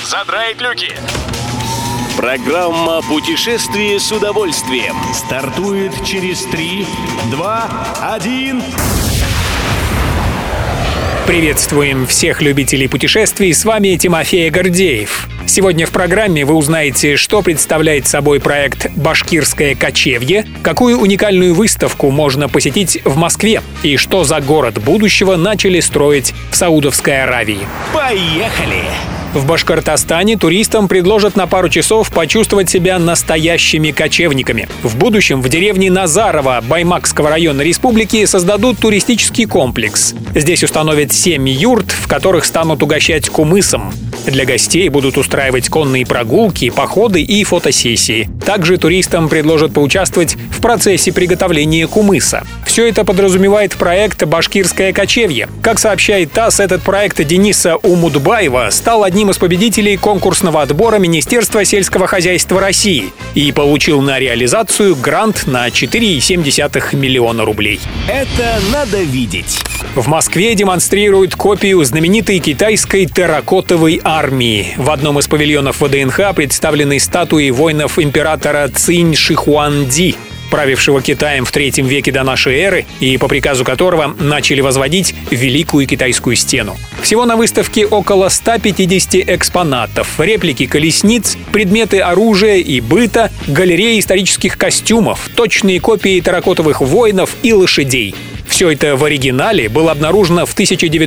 задраить люки. Программа «Путешествие с удовольствием» стартует через 3, 2, 1... Приветствуем всех любителей путешествий, с вами Тимофей Гордеев. Сегодня в программе вы узнаете, что представляет собой проект «Башкирское кочевье», какую уникальную выставку можно посетить в Москве и что за город будущего начали строить в Саудовской Аравии. Поехали! В Башкортостане туристам предложат на пару часов почувствовать себя настоящими кочевниками. В будущем в деревне Назарово Баймакского района республики создадут туристический комплекс. Здесь установят 7 юрт, в которых станут угощать кумысом. Для гостей будут устраивать конные прогулки, походы и фотосессии. Также туристам предложат поучаствовать в процессе приготовления кумыса. Все это подразумевает проект «Башкирское кочевье». Как сообщает ТАСС, этот проект Дениса Умудбаева стал одним из победителей конкурсного отбора Министерства сельского хозяйства России и получил на реализацию грант на 4,7 миллиона рублей. Это надо видеть! В Москве демонстрируют копию знаменитой китайской терракотовой армии. В одном из павильонов ВДНХ представлены статуи воинов императора Цинь Шихуанди, правившего Китаем в III веке до нашей эры и по приказу которого начали возводить Великую Китайскую стену. Всего на выставке около 150 экспонатов, реплики колесниц, предметы оружия и быта, галереи исторических костюмов, точные копии терракотовых воинов и лошадей. Все это в оригинале было обнаружено в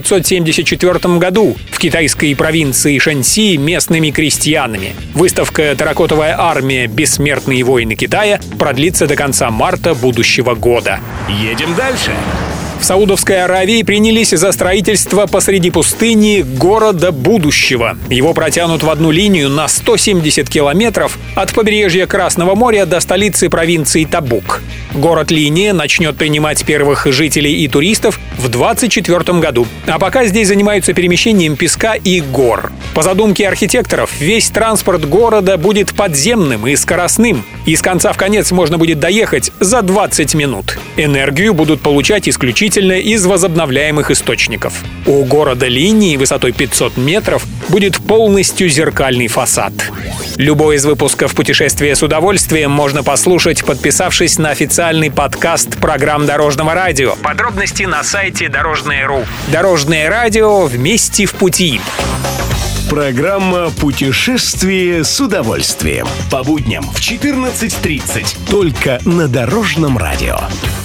1974 году в китайской провинции Шэньси местными крестьянами. Выставка «Терракотовая армия. Бессмертные воины Китая» продлится до конца марта будущего года. Едем дальше! В Саудовской Аравии принялись за строительство посреди пустыни города будущего. Его протянут в одну линию на 170 километров от побережья Красного моря до столицы провинции Табук. Город-линия начнет принимать первых жителей и туристов в 2024 году. А пока здесь занимаются перемещением песка и гор. По задумке архитекторов, весь транспорт города будет подземным и скоростным. И с конца в конец можно будет доехать за 20 минут. Энергию будут получать исключительно из возобновляемых источников. У города-линии высотой 500 метров будет полностью зеркальный фасад. Любой из выпусков «Путешествия с удовольствием» можно послушать, подписавшись на официальный подкаст программ Дорожного радио. Подробности на сайте Дорожное.ру. Дорожное радио вместе в пути. Программа «Путешествие с удовольствием». По будням в 14:30. Только на Дорожном радио.